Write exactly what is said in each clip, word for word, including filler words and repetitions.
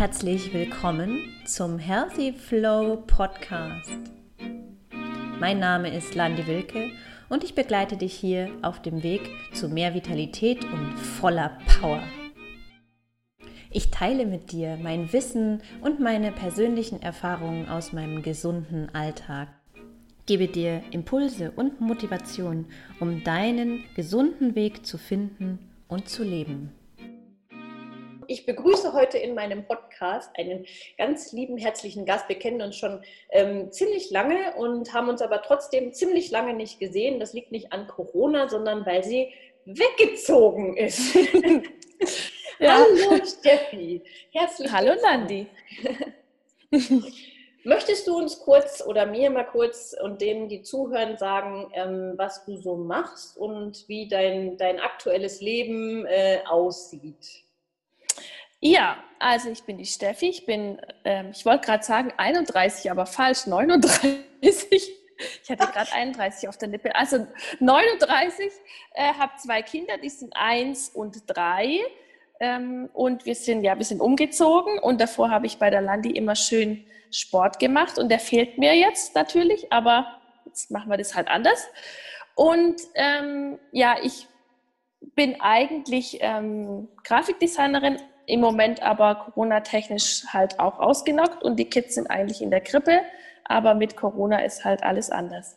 Herzlich willkommen zum Healthy Flow Podcast. Mein Name ist Landi Wilke und ich begleite dich hier auf dem Weg zu mehr Vitalität und voller Power. Ich teile mit dir mein Wissen und meine persönlichen Erfahrungen aus meinem gesunden Alltag. Gebe dir Impulse und Motivation, um deinen gesunden Weg zu finden und zu leben. Ich begrüße heute in meinem Podcast einen ganz lieben, herzlichen Gast. Wir kennen uns schon ähm, ziemlich lange und haben uns aber trotzdem ziemlich lange nicht gesehen. Das liegt nicht an Corona, sondern weil sie weggezogen ist. Ja. Hallo Steffi, herzlich Hallo Landi. Möchtest du uns kurz oder mir mal kurz und denen, die zuhören, sagen, ähm, was du so machst und wie dein, dein aktuelles Leben äh, aussieht? Ja, also ich bin die Steffi, ich bin, ähm, ich wollte gerade sagen einunddreißig, aber falsch, neununddreißig. Ich hatte gerade einunddreißig auf der Lippe. Also neununddreißig, äh, habe zwei Kinder, die sind eins und drei. Ähm, und wir sind, ja, wir sind umgezogen und davor habe ich bei der Landi immer schön Sport gemacht und der fehlt mir jetzt natürlich, aber jetzt machen wir das halt anders. Und ähm, ja, ich bin eigentlich ähm, Grafikdesignerin, im Moment aber Corona-technisch halt auch ausgenockt und die Kids sind eigentlich in der Krippe, aber mit Corona ist halt alles anders.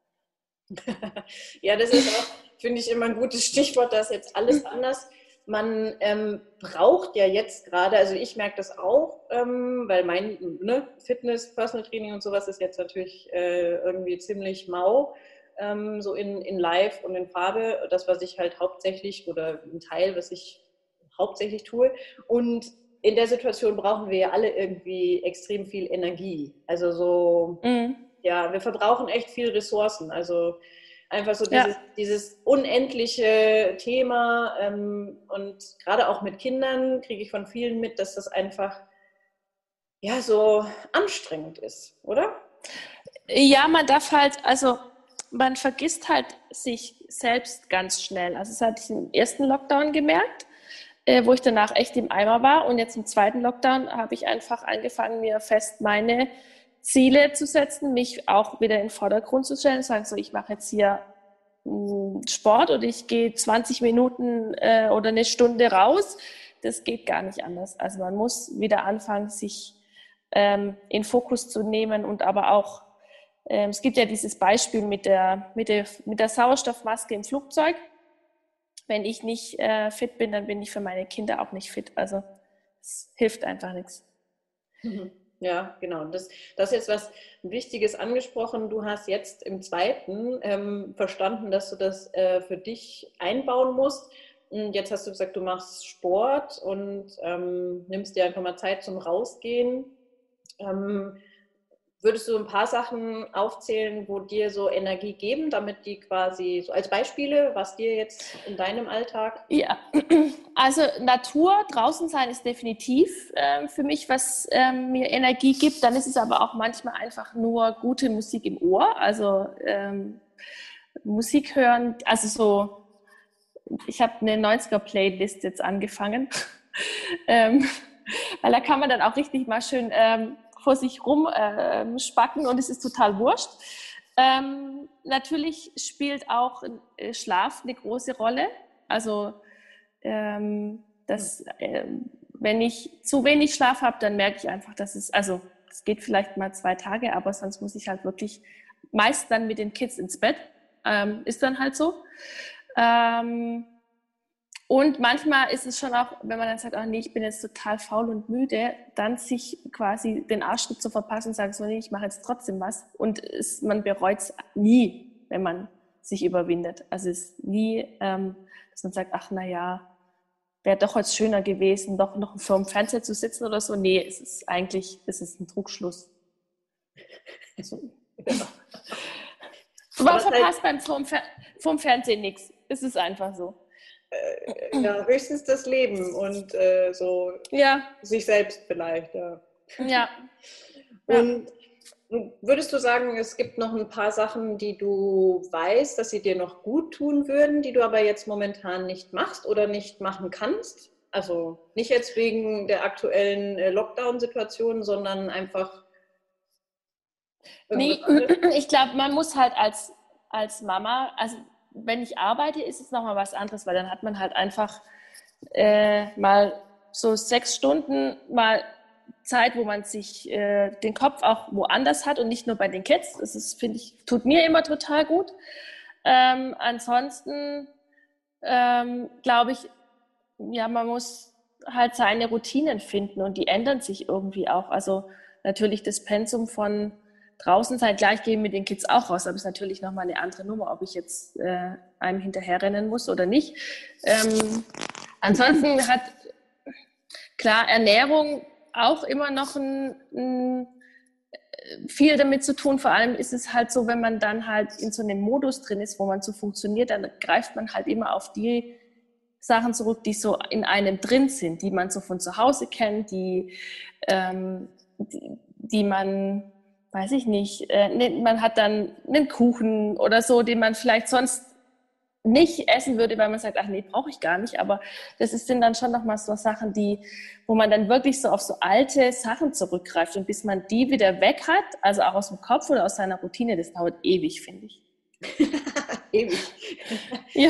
Ja, das ist auch, finde ich, immer ein gutes Stichwort, dass jetzt alles anders. Man ähm, braucht ja jetzt gerade, also ich merke das auch, ähm, weil mein ne, Fitness, Personal Training und sowas ist jetzt natürlich äh, irgendwie ziemlich mau, ähm, so in, in Live und in Farbe, das, was ich halt hauptsächlich oder ein Teil, was ich hauptsächlich tue. Und in der Situation brauchen wir ja alle irgendwie extrem viel Energie. Also so, mhm. ja, wir verbrauchen echt viel Ressourcen. Also einfach so dieses, ja. dieses unendliche Thema. Ähm, und gerade auch mit Kindern kriege ich von vielen mit, dass das einfach ja so anstrengend ist, oder? Ja, man darf halt, also man vergisst halt sich selbst ganz schnell. Also das hatte ich im ersten Lockdown gemerkt, äh, wo ich danach echt im Eimer war. Und jetzt im zweiten Lockdown habe ich einfach angefangen, mir fest meine Ziele zu setzen, mich auch wieder in den Vordergrund zu stellen, sagen so, ich mache jetzt hier mh, Sport oder ich gehe zwanzig Minuten äh, oder eine Stunde raus. Das geht gar nicht anders. Also man muss wieder anfangen, sich ähm, in Fokus zu nehmen und aber auch, ähm, es gibt ja dieses Beispiel mit der, mit der, mit der Sauerstoffmaske im Flugzeug. Wenn ich nicht äh, fit bin, dann bin ich für meine Kinder auch nicht fit. Also es hilft einfach nichts. Ja, genau. Das, das ist jetzt was Wichtiges angesprochen. Du hast jetzt im zweiten ähm, verstanden, dass du das äh, für dich einbauen musst. Und jetzt hast du gesagt, du machst Sport und ähm, nimmst dir einfach mal Zeit zum Rausgehen. Ähm, Würdest du ein paar Sachen aufzählen, wo dir so Energie geben, damit die quasi, so als Beispiele, was dir jetzt in deinem Alltag? Ja, also Natur, draußen sein ist definitiv äh, für mich, was ähm, mir Energie gibt. Dann ist es aber auch manchmal einfach nur gute Musik im Ohr, also ähm, Musik hören, also so, ich habe eine neunziger-Playlist jetzt angefangen, ähm, weil da kann man dann auch richtig mal schön ähm, vor sich rum äh, spacken und es ist total wurscht. Ähm, natürlich spielt auch äh, Schlaf eine große Rolle. Also ähm, dass, äh, wenn ich zu wenig Schlaf habe, dann merke ich einfach, dass es, also es geht vielleicht mal zwei Tage, aber sonst muss ich halt wirklich meist dann mit den Kids ins Bett. Ähm, ist dann halt so. Ähm, Und manchmal ist es schon auch, wenn man dann sagt, oh nee, ich bin jetzt total faul und müde, dann sich quasi den Arschtritt zu verpassen und sagen, so nee, ich mache jetzt trotzdem was. Und es, man bereut es nie, wenn man sich überwindet. Also es ist nie, ähm, dass man sagt, ach naja, wäre doch jetzt schöner gewesen, doch noch vor dem Fernseher zu sitzen oder so. Nee, es ist eigentlich, es ist ein Trugschluss. Also, ja. Man verpasst beim vorm, Fer- vorm Fernsehen nichts. Es ist einfach so. Ja, höchstens das Leben und äh, so ja. sich selbst vielleicht. Ja. Ja. Und würdest du sagen, es gibt noch ein paar Sachen, die du weißt, dass sie dir noch gut tun würden, die du aber jetzt momentan nicht machst oder nicht machen kannst? Also nicht jetzt wegen der aktuellen äh, Lockdown-Situation, sondern einfach Nee, irgendwas anderes? ich glaube, man muss halt als, als Mama, also wenn ich arbeite, ist es nochmal was anderes, weil dann hat man halt einfach äh, mal so sechs Stunden mal Zeit, wo man sich äh, den Kopf auch woanders hat und nicht nur bei den Kids. Das ist, finde ich, tut mir immer total gut. Ähm, ansonsten ähm, glaube ich, ja, man muss halt seine Routinen finden und die ändern sich irgendwie auch. Also natürlich das Pensum von draußen sein, gleich gehen mit den Kids auch raus, aber es ist natürlich nochmal eine andere Nummer, ob ich jetzt äh, einem hinterherrennen muss oder nicht. Ähm, ansonsten hat klar Ernährung auch immer noch ein, ein, viel damit zu tun. Vor allem ist es halt so, wenn man dann halt in so einem Modus drin ist, wo man so funktioniert, dann greift man halt immer auf die Sachen zurück, die so in einem drin sind, die man so von zu Hause kennt, die, ähm, die, die man, weiß ich nicht, äh, man hat dann einen Kuchen oder so, den man vielleicht sonst nicht essen würde, weil man sagt, ach nee, brauche ich gar nicht. Aber das ist, sind dann schon nochmal so Sachen, die, wo man dann wirklich so auf so alte Sachen zurückgreift. Und bis man die wieder weg hat, also auch aus dem Kopf oder aus seiner Routine, das dauert ewig, finde ich. Ewig. Ja.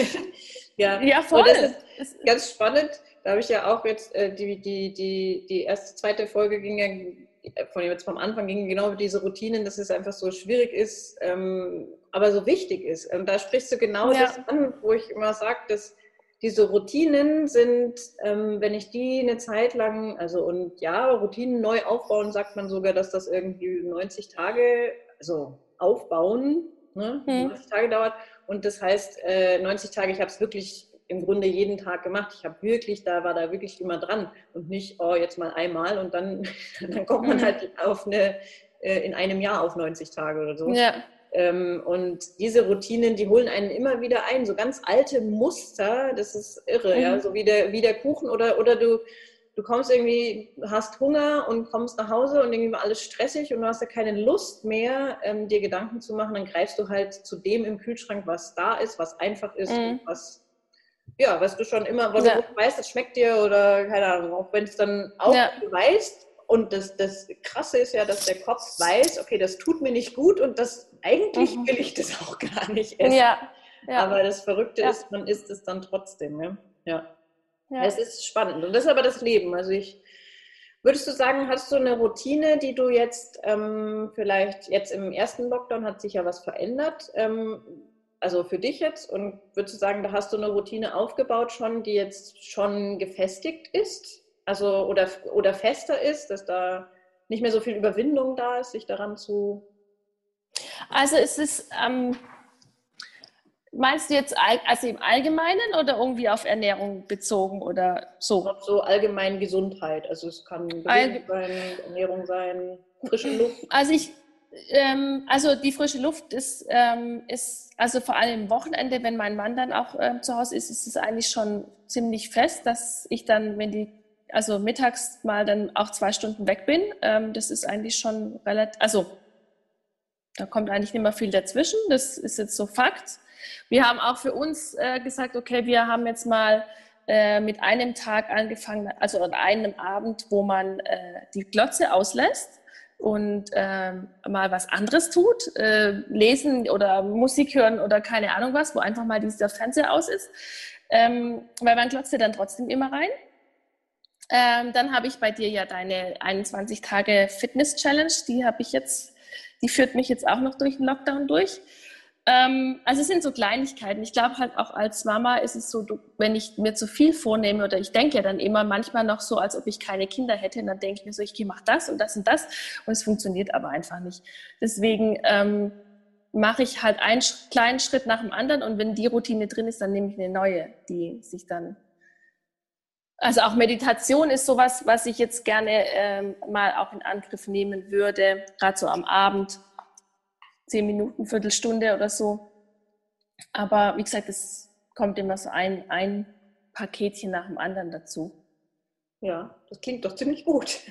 Ja, ja, voll. Aber das ist ganz spannend. Da habe ich ja auch jetzt, äh, die, die, die, die erste, zweite Folge ging ja, von jetzt vom Anfang ging genau über diese Routinen, dass es einfach so schwierig ist, ähm, aber so wichtig ist. Und da sprichst du genau ja. das an, wo ich immer sage, dass diese Routinen sind, ähm, wenn ich die eine Zeit lang, also und ja, Routinen neu aufbauen, sagt man sogar, dass das irgendwie neunzig Tage, also aufbauen, ne, hm. neunzig Tage dauert. Und das heißt, äh, neunzig Tage, ich habe es wirklich im Grunde jeden Tag gemacht. Ich habe wirklich, da war da wirklich immer dran und nicht, oh, jetzt mal einmal und dann, dann kommt man mhm. halt auf eine, äh, in einem Jahr auf neunzig Tage oder so. Ja. Ähm, und diese Routinen, die holen einen immer wieder ein, so ganz alte Muster, das ist irre, mhm. ja, so wie der, wie der Kuchen oder, oder du, du kommst irgendwie, hast Hunger und kommst nach Hause und irgendwie war alles stressig und du hast ja keine Lust mehr, ähm, dir Gedanken zu machen, dann greifst du halt zu dem im Kühlschrank, was da ist, was einfach ist, mhm. was, ja, was du schon immer, was ja. du weißt, das schmeckt dir oder keine Ahnung, auch wenn es dann auch ja. du weißt. Und das, das Krasse ist ja, dass der Kopf weiß, okay, das tut mir nicht gut und das eigentlich mhm. will ich das auch gar nicht essen. Ja. Ja. Aber das Verrückte ja. ist, man isst es dann trotzdem. Ja. Ja. Ja. Es ist spannend. Und das ist aber das Leben. Also ich, würdest du sagen, hast du eine Routine, die du jetzt ähm, vielleicht, jetzt im ersten Lockdown hat sich ja was verändert, ähm, also für dich jetzt, und würdest du sagen, da hast du eine Routine aufgebaut schon, die jetzt schon gefestigt ist? Also oder, oder fester ist, dass da nicht mehr so viel Überwindung da ist, sich daran zu... Also es ist, ähm, meinst du jetzt also im Allgemeinen oder irgendwie auf Ernährung bezogen oder so? So allgemein Gesundheit, also es kann Bewegung Allge- sein, Ernährung sein, frische Luft. Also ich, ähm, also die frische Luft ist, ähm, ist, also vor allem am Wochenende, wenn mein Mann dann auch ähm, zu Hause ist, ist es eigentlich schon ziemlich fest, dass ich dann, wenn die also mittags mal dann auch zwei Stunden weg bin. Ähm, das ist eigentlich schon relativ, also da kommt eigentlich nicht mehr viel dazwischen. Das ist jetzt so Fakt. Wir haben auch für uns äh, gesagt, okay, wir haben jetzt mal äh, mit einem Tag angefangen, also an einem Abend, wo man äh, die Glotze auslässt und äh, mal was anderes tut, äh, lesen oder Musik hören oder keine Ahnung was, wo einfach mal dieser Fernseher aus ist. Ähm, weil man glotzt ja dann trotzdem immer rein. Ähm, dann habe ich bei dir ja deine einundzwanzig Tage Fitness-Challenge, die habe ich jetzt, die führt mich jetzt auch noch durch den Lockdown durch. Ähm, also es sind so Kleinigkeiten. Ich glaube halt auch als Mama ist es so, du, wenn ich mir zu viel vornehme oder ich denke ja dann immer manchmal noch so, als ob ich keine Kinder hätte, und dann denke ich mir so, ich mache das und das und das und es funktioniert aber einfach nicht. Deswegen ähm, mache ich halt einen sch- kleinen Schritt nach dem anderen und wenn die Routine drin ist, dann nehme ich eine neue, die sich dann... Also auch Meditation ist sowas, was ich jetzt gerne ähm, mal auch in Angriff nehmen würde, gerade so am Abend, zehn Minuten, Viertelstunde oder so. Aber wie gesagt, es kommt immer so ein, ein Paketchen nach dem anderen dazu. Ja, das klingt doch ziemlich gut.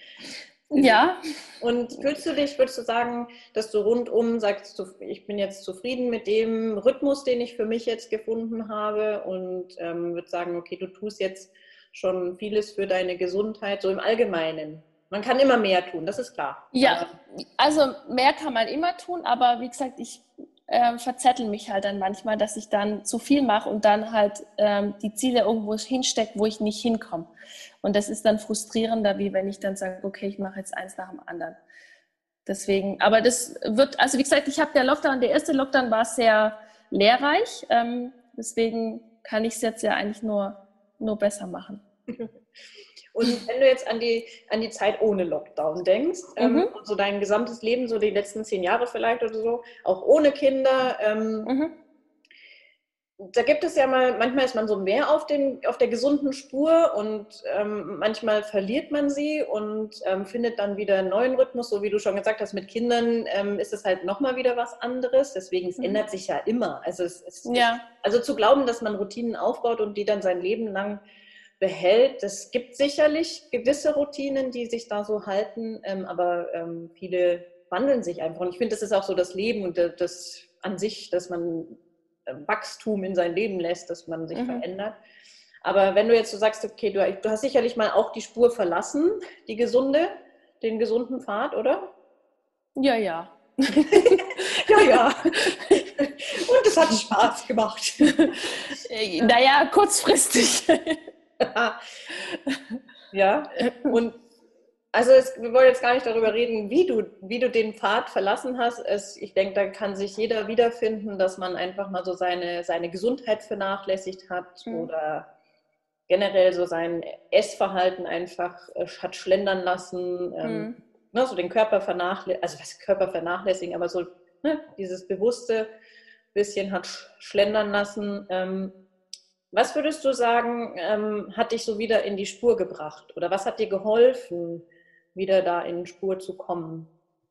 Ja. Und fühlst du dich, würdest du sagen, dass du rundum sagst, ich bin jetzt zufrieden mit dem Rhythmus, den ich für mich jetzt gefunden habe und ähm, würde sagen, okay, du tust jetzt schon vieles für deine Gesundheit, so im Allgemeinen. Man kann immer mehr tun, das ist klar. Ja, also mehr kann man immer tun, aber wie gesagt, ich äh, verzettel mich halt dann manchmal, dass ich dann zu viel mache und dann halt ähm, die Ziele irgendwo hinstecke, wo ich nicht hinkomme. Und das ist dann frustrierender, wie wenn ich dann sage, okay, ich mache jetzt eins nach dem anderen. Deswegen, aber das wird, also wie gesagt, ich habe der Lockdown, der erste Lockdown war sehr lehrreich, ähm, deswegen kann ich es jetzt ja eigentlich nur, nur besser machen. Und wenn du jetzt an die, an die Zeit ohne Lockdown denkst, mhm. ähm, und so dein gesamtes Leben, so die letzten zehn Jahre vielleicht oder so, auch ohne Kinder, ähm, mhm. da gibt es ja mal, manchmal ist man so mehr auf, den, auf der gesunden Spur und ähm, manchmal verliert man sie und ähm, findet dann wieder einen neuen Rhythmus, so wie du schon gesagt hast, mit Kindern ähm, ist es halt nochmal wieder was anderes, deswegen es mhm. ändert sich ja immer. Also, es, es, ja. also zu glauben, dass man Routinen aufbaut und die dann sein Leben lang behält. Es gibt sicherlich gewisse Routinen, die sich da so halten, ähm, aber ähm, viele wandeln sich einfach. Und ich finde, das ist auch so das Leben und das an sich, dass man äh, Wachstum in sein Leben lässt, dass man sich mhm. verändert. Aber wenn du jetzt so sagst, okay, du, du hast sicherlich mal auch die Spur verlassen, die gesunde, den gesunden Pfad, oder? Ja, ja. ja, ja. Und es hat Spaß gemacht. Naja, kurzfristig. Ja, und also es, wir wollen jetzt gar nicht darüber reden, wie du, wie du den Pfad verlassen hast. Es, ich denke, da kann sich jeder wiederfinden, dass man einfach mal so seine, seine Gesundheit vernachlässigt hat mhm. oder generell so sein Essverhalten einfach äh, hat schlendern lassen, ähm, mhm. ne, so den Körper vernachlässigen, also was Körper vernachlässigen, aber so ne, dieses bewusste bisschen hat schlendern lassen. Ähm, Was würdest du sagen, ähm, hat dich so wieder in die Spur gebracht? Oder was hat dir geholfen, wieder da in die Spur zu kommen?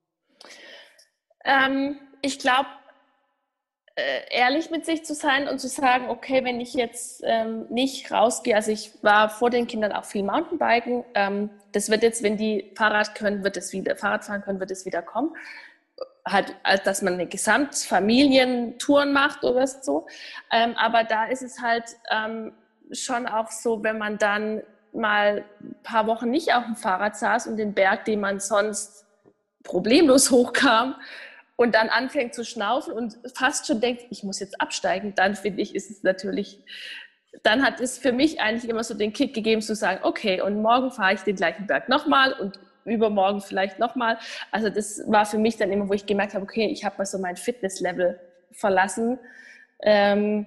Ähm, ich glaube, äh, ehrlich mit sich zu sein und zu sagen, okay, wenn ich jetzt ähm, nicht rausgehe, also ich war vor den Kindern auch viel Mountainbiken, ähm, das wird jetzt, wenn die Fahrrad können, wird es wieder, Fahrrad fahren können, wird es wieder kommen. Halt, dass man eine Gesamtfamilientouren macht oder so. Ähm, aber da ist es halt ähm, schon auch so, wenn man dann mal ein paar Wochen nicht auf dem Fahrrad saß und den Berg, den man sonst problemlos hochkam und dann anfängt zu schnaufen und fast schon denkt, ich muss jetzt absteigen, dann finde ich, ist es natürlich, dann hat es für mich eigentlich immer so den Kick gegeben zu sagen, okay, und morgen fahre ich den gleichen Berg nochmal und übermorgen vielleicht nochmal. Also das war für mich dann immer, wo ich gemerkt habe, okay, ich habe mal so mein Fitnesslevel verlassen. Ähm,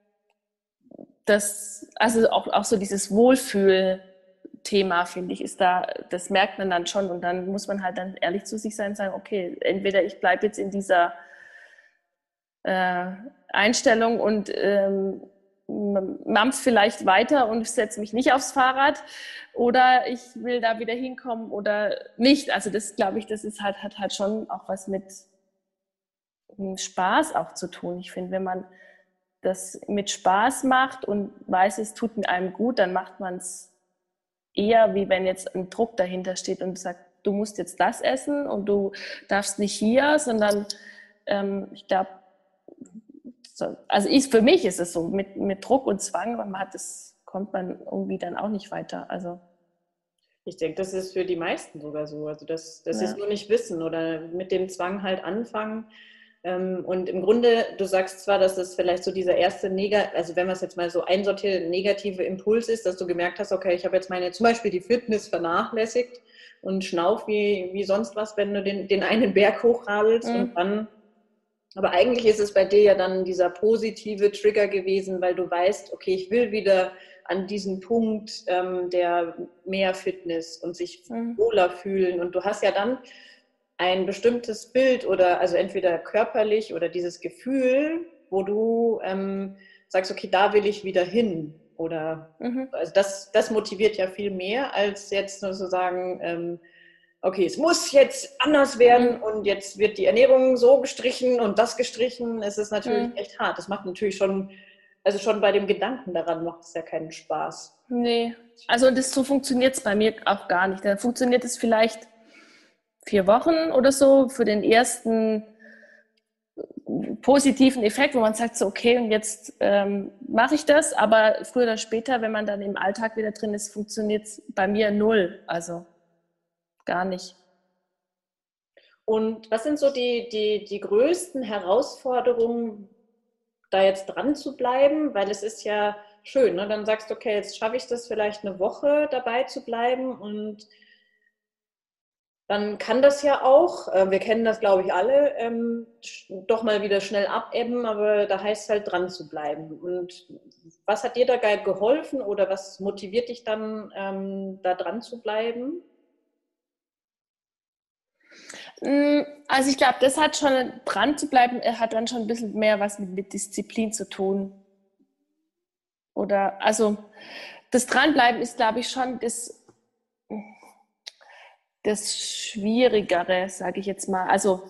das, also auch, auch so dieses Wohlfühl-Thema, finde ich, ist da, das merkt man dann schon und dann muss man halt dann ehrlich zu sich sein und sagen, okay, entweder ich bleibe jetzt in dieser äh, Einstellung und ähm, mampf vielleicht weiter und setze mich nicht aufs Fahrrad oder ich will da wieder hinkommen oder nicht. Also das, glaube ich, das ist halt, hat halt schon auch was mit Spaß auch zu tun. Ich finde, wenn man das mit Spaß macht und weiß, es tut mit einem gut, dann macht man es eher, wie wenn jetzt ein Druck dahinter steht und sagt, du musst jetzt das essen und du darfst nicht hier, sondern ähm, ich glaube, also ich, für mich ist es so, mit, mit Druck und Zwang, man hat das, kommt man irgendwie dann auch nicht weiter. Also ich denke, das ist für die meisten sogar so. Also dass, dass sie ja. es nur nicht wissen oder mit dem Zwang halt anfangen. Und im Grunde, du sagst zwar, dass es vielleicht so dieser erste, Neg- also wenn man es jetzt mal so einsortiert, negative Impuls ist, dass du gemerkt hast, okay, ich habe jetzt meine, zum Beispiel die Fitness vernachlässigt und schnauf wie, wie sonst was, wenn du den, den einen Berg hochradelst mhm. und dann. Aber eigentlich ist es bei dir ja dann dieser positive Trigger gewesen, weil du weißt, okay, ich will wieder an diesen Punkt ähm, der mehr Fitness und sich mhm. wohler fühlen. Und du hast ja dann ein bestimmtes Bild oder also entweder körperlich oder dieses Gefühl, wo du ähm, sagst, okay, da will ich wieder hin. Oder mhm. also das, das motiviert ja viel mehr, als jetzt nur zu sagen, ähm, okay, es muss jetzt anders werden mhm. und jetzt wird die Ernährung so gestrichen und das gestrichen. Es ist natürlich mhm. echt hart. Das macht natürlich schon, also schon bei dem Gedanken daran macht es ja keinen Spaß. Nee, also das, so funktioniert es bei mir auch gar nicht. Dann funktioniert es vielleicht vier Wochen oder so für den ersten positiven Effekt, wo man sagt so, okay, und jetzt ähm, mache ich das, aber früher oder später, wenn man dann im Alltag wieder drin ist, funktioniert es bei mir null, also gar nicht. Und was sind so die, die, die größten Herausforderungen, da jetzt dran zu bleiben? Weil es ist ja schön, ne? Dann sagst du, okay, jetzt schaffe ich das vielleicht eine Woche dabei zu bleiben und dann kann das ja auch, äh, wir kennen das glaube ich alle, ähm, doch mal wieder schnell abebben, aber da heißt es halt dran zu bleiben. Und was hat dir da geholfen oder was motiviert dich dann, ähm, da dran zu bleiben? Also ich glaube, das hat schon, dran zu bleiben, hat dann schon ein bisschen mehr was mit, mit Disziplin zu tun. Oder, also das Dranbleiben ist, glaube ich, schon das, das Schwierigere, sage ich jetzt mal. Also,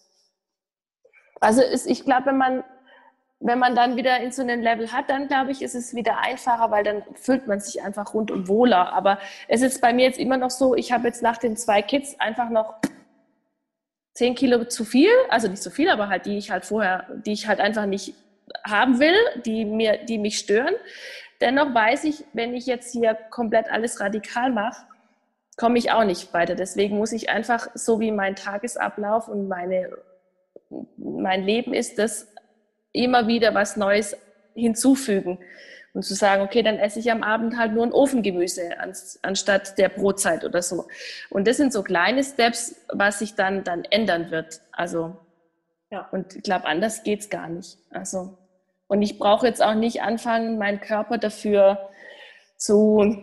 also ist, ich glaube, wenn man, wenn man dann wieder in so einem Level hat, dann glaube ich, ist es wieder einfacher, weil dann fühlt man sich einfach rundum wohler. Aber es ist bei mir jetzt immer noch so, ich habe jetzt nach den zwei Kids einfach noch zehn Kilo zu viel, also nicht so viel, aber halt die ich halt vorher, die ich halt einfach nicht haben will, die mir, die mich stören. Dennoch weiß ich, wenn ich jetzt hier komplett alles radikal mache, komme ich auch nicht weiter. Deswegen muss ich einfach, so wie mein Tagesablauf und meine, mein Leben ist, das immer wieder was Neues hinzufügen. Und zu sagen, okay, dann esse ich am Abend halt nur ein Ofengemüse anstatt der Brotzeit oder so. Und das sind so kleine Steps, was sich dann, dann ändern wird. Also, ja. Und ich glaube, anders geht's gar nicht. Also, und ich brauche jetzt auch nicht anfangen, meinen Körper dafür zu,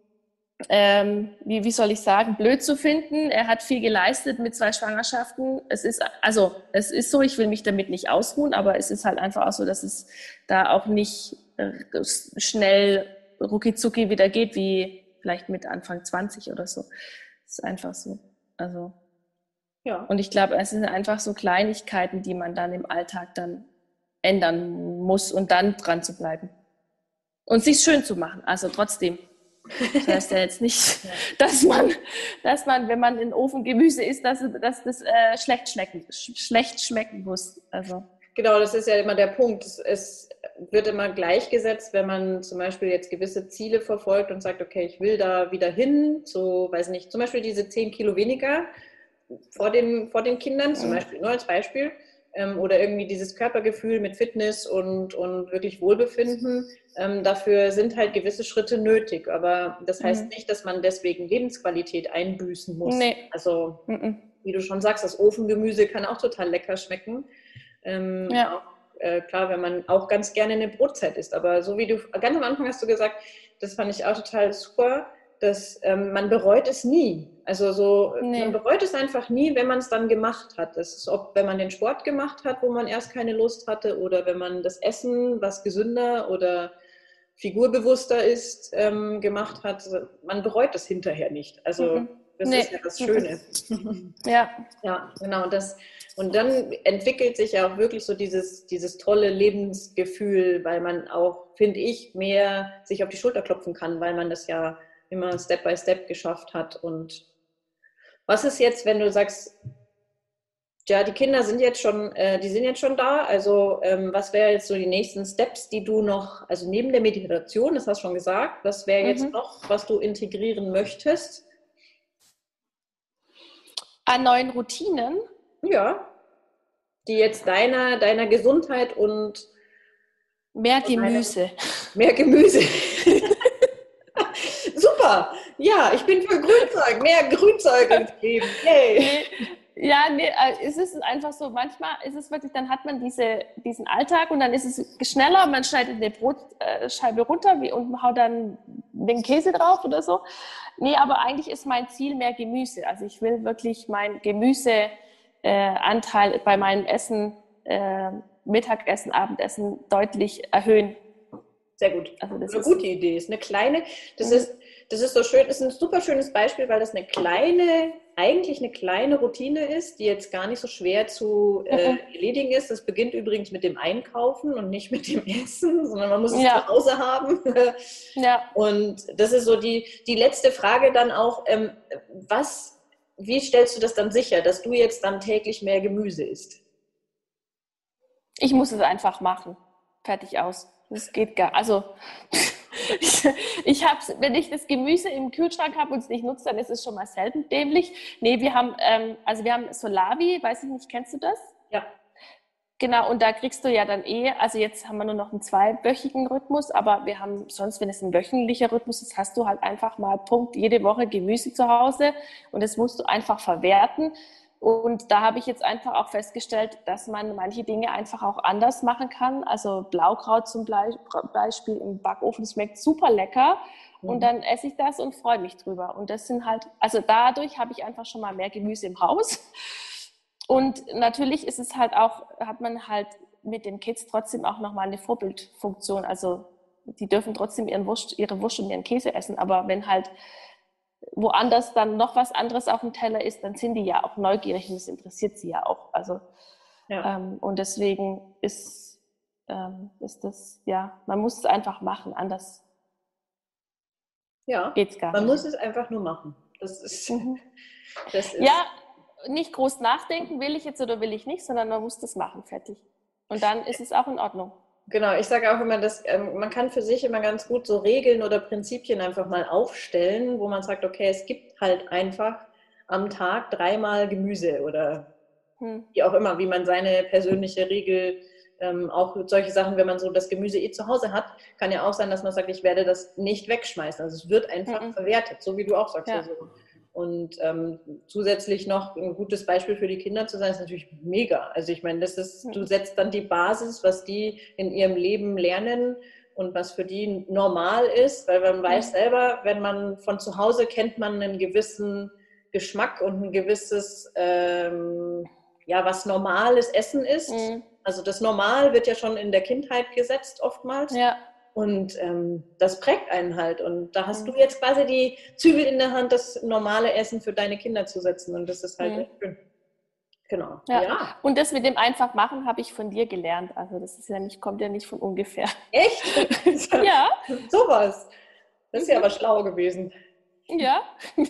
ähm, wie, wie soll ich sagen, blöd zu finden. Er hat viel geleistet mit zwei Schwangerschaften. Es ist, also, es ist so, ich will mich damit nicht ausruhen, aber es ist halt einfach auch so, dass es da auch nicht schnell rucki-zucki wieder geht, wie vielleicht mit Anfang zwanzig oder so. Das ist einfach so. Also, ja. Und ich glaube, es sind einfach so Kleinigkeiten, die man dann im Alltag dann ändern muss und dann dran zu bleiben. Und sich schön zu machen, also trotzdem. Das heißt ja jetzt nicht, ja. dass man, dass man, wenn man in Ofengemüse isst, dass, dass das äh, schlecht schmecken, schlecht schmecken muss. Also. Genau, das ist ja immer der Punkt. Es, es wird immer gleichgesetzt, wenn man zum Beispiel jetzt gewisse Ziele verfolgt und sagt, okay, ich will da wieder hin, so, weiß nicht, zum Beispiel diese zehn Kilo weniger vor den, vor den Kindern, zum Beispiel, nur als Beispiel, ähm, oder irgendwie dieses Körpergefühl mit Fitness und, und wirklich Wohlbefinden, ähm, dafür sind halt gewisse Schritte nötig, aber das heißt mhm. nicht, dass man deswegen Lebensqualität einbüßen muss. Nee. Also, mhm. wie du schon sagst, das Ofengemüse kann auch total lecker schmecken. Ähm, ja. Auch, äh, klar, wenn man auch ganz gerne eine Brotzeit isst, aber so wie du, ganz am Anfang hast du gesagt, das fand ich auch total super, dass ähm, man bereut es nie. Also so, nee. man bereut es einfach nie, wenn man es dann gemacht hat. Das ist, ob wenn man den Sport gemacht hat, wo man erst keine Lust hatte, oder wenn man das Essen, was gesünder oder figurbewusster ist, ähm, gemacht hat. Man bereut es hinterher nicht. Also mhm. das nee. ist ja das Schöne. Ja. Ja, genau. Das, und dann entwickelt sich ja auch wirklich so dieses, dieses tolle Lebensgefühl, weil man auch, finde ich, mehr sich auf die Schulter klopfen kann, weil man das ja immer Step by Step geschafft hat. Und was ist jetzt, wenn du sagst, ja, die Kinder sind jetzt schon, äh, die sind jetzt schon da, also ähm, was wäre jetzt so die nächsten Steps, die du noch, also neben der Meditation, das hast du schon gesagt, was wäre jetzt mhm. noch, was du integrieren möchtest? An neuen Routinen? Ja, die jetzt deiner, deiner Gesundheit und mehr Gemüse. Mehr Gemüse. Super. Ja, ich bin für Grünzeug. Mehr Grünzeug ins Leben. Yay. Ja, nee, es ist einfach so, manchmal ist es wirklich, dann hat man diese, diesen Alltag und dann ist es schneller, man schneidet eine Brotscheibe runter und haut dann den Käse drauf oder so. Nee, aber eigentlich ist mein Ziel mehr Gemüse. Also ich will wirklich meinen Gemüseanteil äh, bei meinem Essen, äh, Mittagessen, Abendessen deutlich erhöhen. Sehr gut. Also das eine ist eine gute Idee. Ist eine kleine, das mhm. ist, das ist so schön, ist ein super schönes Beispiel, weil das eine kleine, eigentlich eine kleine Routine ist, die jetzt gar nicht so schwer zu äh, mhm. erledigen ist. Das beginnt übrigens mit dem Einkaufen und nicht mit dem Essen, sondern man muss es ja. zu Hause haben. Ja. Und das ist so die, die letzte Frage dann auch, ähm, was, wie stellst du das dann sicher, dass du jetzt dann täglich mehr Gemüse isst? Ich muss es einfach machen. Fertig aus. Das geht gar. Also ich, ich hab's, wenn ich das Gemüse im Kühlschrank habe und es nicht nutze, dann ist es schon mal selten dämlich. Nee, wir haben, ähm, also wir haben Solavi, weiß ich nicht, kennst du das? Ja. Genau, und da kriegst du ja dann eh, also jetzt haben wir nur noch einen zweiwöchigen Rhythmus, aber wir haben sonst, wenn es ein wöchentlicher Rhythmus ist, hast du halt einfach mal Punkt jede Woche Gemüse zu Hause und das musst du einfach verwerten. Und da habe ich jetzt einfach auch festgestellt, dass man manche Dinge einfach auch anders machen kann. Also Blaukraut zum Beispiel im Backofen schmeckt super lecker und Mhm. dann esse ich das und freue mich drüber. Und das sind halt, also dadurch habe ich einfach schon mal mehr Gemüse im Haus. Und natürlich ist es halt auch, hat man halt mit den Kids trotzdem auch nochmal eine Vorbildfunktion. Also die dürfen trotzdem ihren Wurst, ihre Wurst und ihren Käse essen. Aber wenn halt woanders dann noch was anderes auf dem Teller ist, dann sind die ja auch neugierig und das interessiert sie ja auch. Also Ja. ähm, und deswegen ist, ähm, ist das, ja, man muss es einfach machen. Anders Ja, geht's gar man nicht. muss es einfach nur machen. Das ist, Mhm. das ist Ja, nicht groß nachdenken, will ich jetzt oder will ich nicht, sondern man muss das machen, fertig. Und dann ist es auch in Ordnung. Genau, ich sage auch immer, dass ähm, man kann für sich immer ganz gut so Regeln oder Prinzipien einfach mal aufstellen, wo man sagt, okay, es gibt halt einfach am Tag dreimal Gemüse oder Hm. wie auch immer, wie man seine persönliche Regel, ähm, auch solche Sachen, wenn man so das Gemüse eh zu Hause hat, kann ja auch sein, dass man sagt, ich werde das nicht wegschmeißen. Also es wird einfach Mhm. verwertet, so wie du auch sagst. Ja. Also. Und ähm, zusätzlich noch ein gutes Beispiel für die Kinder zu sein, ist natürlich mega. Also ich meine, das ist, du setzt dann die Basis, was die in ihrem Leben lernen und was für die normal ist, weil man weiß selber, wenn man von zu Hause kennt man einen gewissen Geschmack und ein gewisses, ähm, ja, was normales Essen ist. Mhm. Also das Normal wird ja schon in der Kindheit gesetzt oftmals. Ja. Und ähm, das prägt einen halt. Und da hast Mhm. du jetzt quasi die Zügel in der Hand, das normale Essen für deine Kinder zu setzen. Und das ist halt Mhm. echt schön. Genau. Ja. Ja. Und das mit dem einfach machen habe ich von dir gelernt. Also das ist ja nicht, kommt ja nicht von ungefähr. Echt? Ja. Sowas. Das ist ja Mhm. aber schlau gewesen. Ja.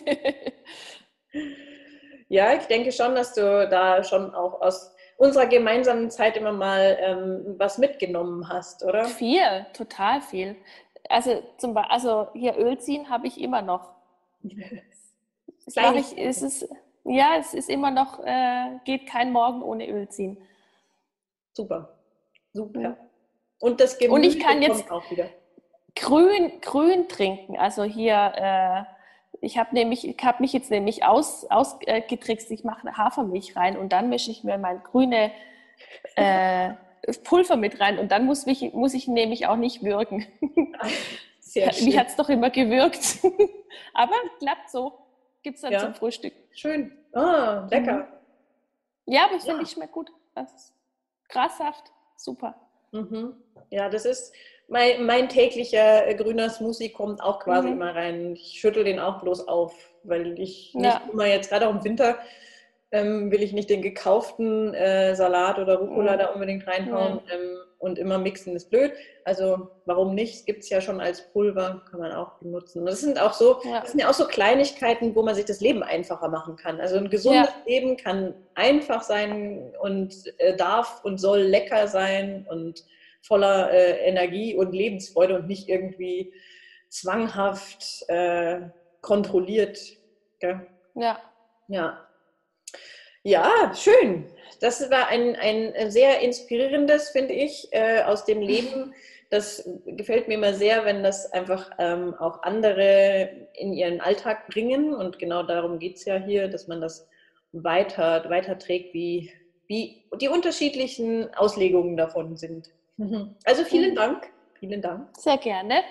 Ja, ich denke schon, dass du da schon auch aus unserer gemeinsamen Zeit immer mal ähm, was mitgenommen hast, oder? Viel, total viel. Also zum Beispiel, also hier Öl ziehen habe ich immer noch. Das mache ich, es ist, ja, es ist immer noch, äh, geht kein Morgen ohne Öl ziehen. Super. Super. Mhm. Und das Gemüse Und ich kann jetzt kommt auch wieder. grün, grün trinken. Also hier, äh, ich habe nämlich, ich habe mich jetzt nämlich aus, ausgetrickst. Ich mache Hafermilch rein und dann mische ich mir mein grüne äh, Pulver mit rein und dann muss, mich, muss ich nämlich auch nicht würgen. Sehr schön. Mich hat es doch immer gewürgt. Aber klappt so. Gibt es dann Ja. zum Frühstück. Schön. Ah, lecker. Mhm. Ja, aber ich Ja. finde, ich schmeckt gut. Das ist grashaft. Super. Mhm. Ja, das ist mein, mein täglicher äh, grüner Smoothie kommt auch quasi Mhm. immer rein. Ich schüttel den auch bloß auf, weil ich nicht Ja. immer jetzt, gerade auch im Winter, ähm, will ich nicht den gekauften äh, Salat oder Rucola Mhm. da unbedingt reinhauen Mhm. ähm, und immer mixen ist blöd. Also warum nicht? Es gibt es ja schon als Pulver, kann man auch benutzen. Das sind auch so, Ja. das sind ja auch so Kleinigkeiten, wo man sich das Leben einfacher machen kann. Also ein gesundes Ja. Leben kann einfach sein und äh, darf und soll lecker sein und voller äh, Energie und Lebensfreude und nicht irgendwie zwanghaft äh, kontrolliert. Gell? Ja. Ja. Ja, schön. Das war ein, ein sehr inspirierendes, finde ich, äh, aus dem Leben. Das gefällt mir immer sehr, wenn das einfach ähm, auch andere in ihren Alltag bringen. Und genau darum geht es ja hier, dass man das weiter, weiterträgt, wie, wie die unterschiedlichen Auslegungen davon sind. Also vielen Mhm. Dank. Vielen Dank. Sehr gerne.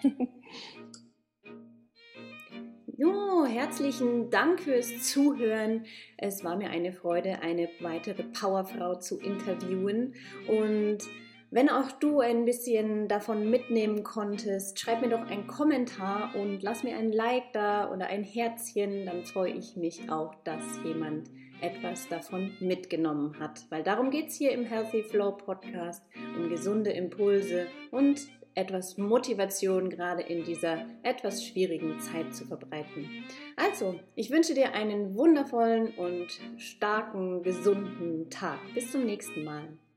Jo, herzlichen Dank fürs Zuhören. Es war mir eine Freude, eine weitere Powerfrau zu interviewen. Und wenn auch du ein bisschen davon mitnehmen konntest, schreib mir doch einen Kommentar und lass mir ein Like da oder ein Herzchen. Dann freue ich mich auch, dass jemand etwas davon mitgenommen hat. Weil darum geht es hier im Healthy Flow Podcast, um gesunde Impulse und etwas Motivation gerade in dieser etwas schwierigen Zeit zu verbreiten. Also, ich wünsche dir einen wundervollen und starken, gesunden Tag. Bis zum nächsten Mal.